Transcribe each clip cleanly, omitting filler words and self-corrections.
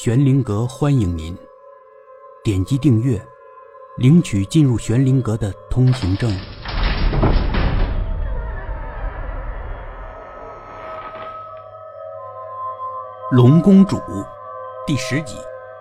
玄灵阁欢迎您，点击订阅，领取进入玄灵阁的通行证。龙公主第10集。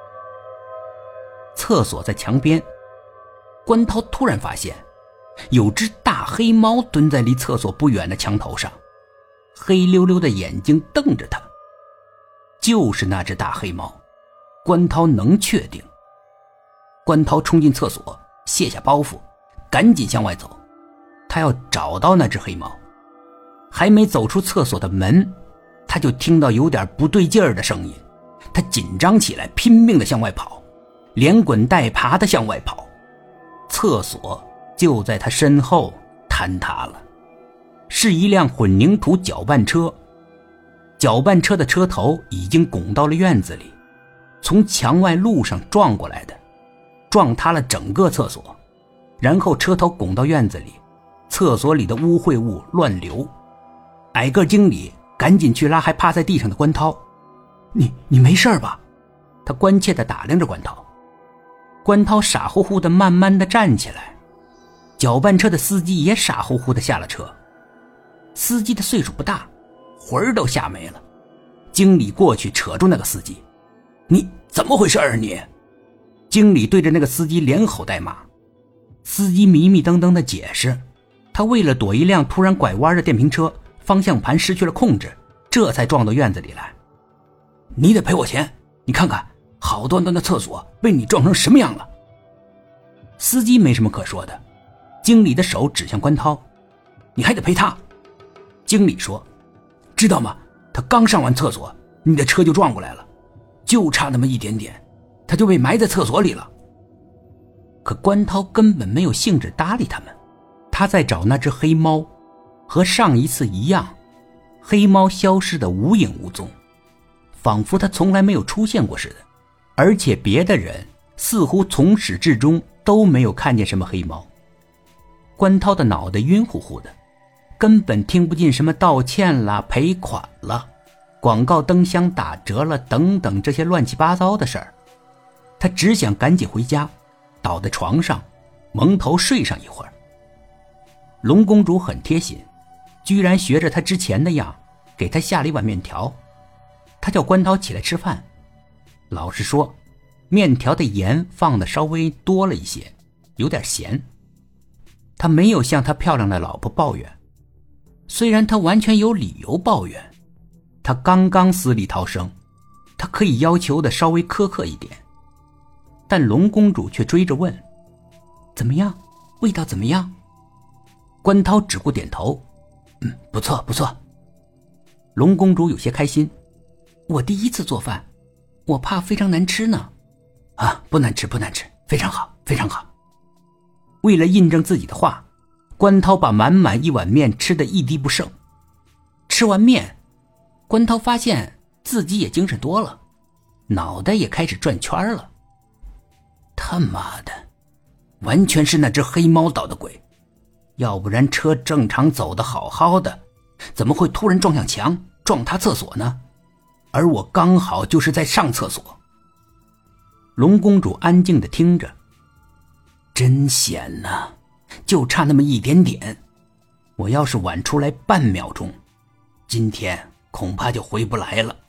厕所在墙边，关涛突然发现有只大黑猫蹲在离厕所不远的墙头上，黑溜溜的眼睛瞪着他。就是那只大黑猫，关涛能确定。关涛冲进厕所，卸下包袱，赶紧向外走，他要找到那只黑猫。还没走出厕所的门，他就听到有点不对劲儿的声音，他紧张起来，拼命地向外跑，连滚带爬地向外跑。厕所就在他身后坍塌了，是一辆混凝土搅拌车。搅拌车的车头已经拱到了院子里，从墙外路上撞过来的，撞塌了整个厕所，然后车头拱到院子里，厕所里的污秽物乱流。矮个经理赶紧去拉还趴在地上的关涛。你没事吧？他关切地打量着关涛。关涛傻乎乎地慢慢地站起来，搅拌车的司机也傻乎乎地下了车。司机的岁数不大，魂儿都吓没了。经理过去扯住那个司机，你怎么回事啊你？经理对着那个司机连吼带骂。司机迷迷瞪瞪地解释，他为了躲一辆突然拐弯的电瓶车，方向盘失去了控制，这才撞到院子里来。你得赔我钱，你看看好端端的厕所被你撞成什么样了。司机没什么可说的，经理的手指向关涛，你还得赔他。经理说，知道吗？他刚上完厕所，你的车就撞过来了，就差那么一点点，他就被埋在厕所里了。可关涛根本没有兴致搭理他们，他在找那只黑猫，和上一次一样，黑猫消失得无影无踪，仿佛他从来没有出现过似的，而且别的人似乎从始至终都没有看见什么黑猫。关涛的脑袋晕乎乎的，根本听不进什么道歉啦、赔款了、广告灯箱打折了等等这些乱七八糟的事儿。他只想赶紧回家，倒在床上蒙头睡上一会儿。龙公主很贴心，居然学着他之前的样给他下了一碗面条。他叫关涛起来吃饭，老实说面条的盐放的稍微多了一些，有点咸。他没有向他漂亮的老婆抱怨，虽然他完全有理由抱怨，他刚刚死里逃生，他可以要求的稍微苛刻一点。但龙公主却追着问，怎么样？味道怎么样？关涛只顾点头，不错不错。龙公主有些开心，我第一次做饭，我怕非常难吃呢。不难吃不难吃，非常好非常好。为了印证自己的话，关涛把满满一碗面吃得一滴不剩。吃完面，关涛发现自己也精神多了，脑袋也开始转圈了。他妈的，完全是那只黑猫捣的鬼，要不然车正常走得好好的，怎么会突然撞向墙，撞塌厕所呢？而我刚好就是在上厕所。龙公主安静地听着，真险呐，就差那么一点点，我要是晚出来半秒钟，今天恐怕就回不来了。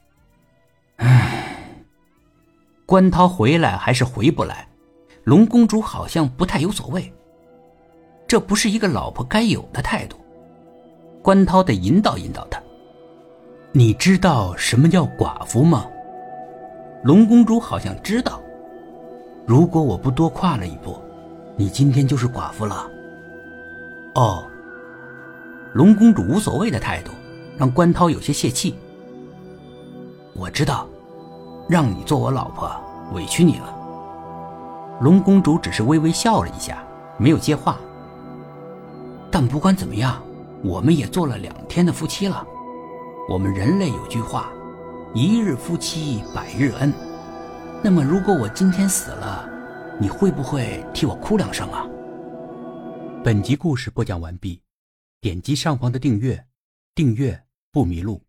关涛回来还是回不来，龙公主好像不太有所谓，这不是一个老婆该有的态度。关涛得引导引导她，你知道什么叫寡妇吗？龙公主好像知道，如果我不多跨了一步，你今天就是寡妇了。龙公主无所谓的态度让关涛有些泄气。我知道，让你做我老婆委屈你了。龙公主只是微微笑了一下，没有接话。但不管怎么样，我们也做了2天的夫妻了。我们人类有句话，一日夫妻百日恩。那么如果我今天死了，你会不会替我哭2声啊？本集故事播讲完毕，点击上方的订阅，订阅不迷路。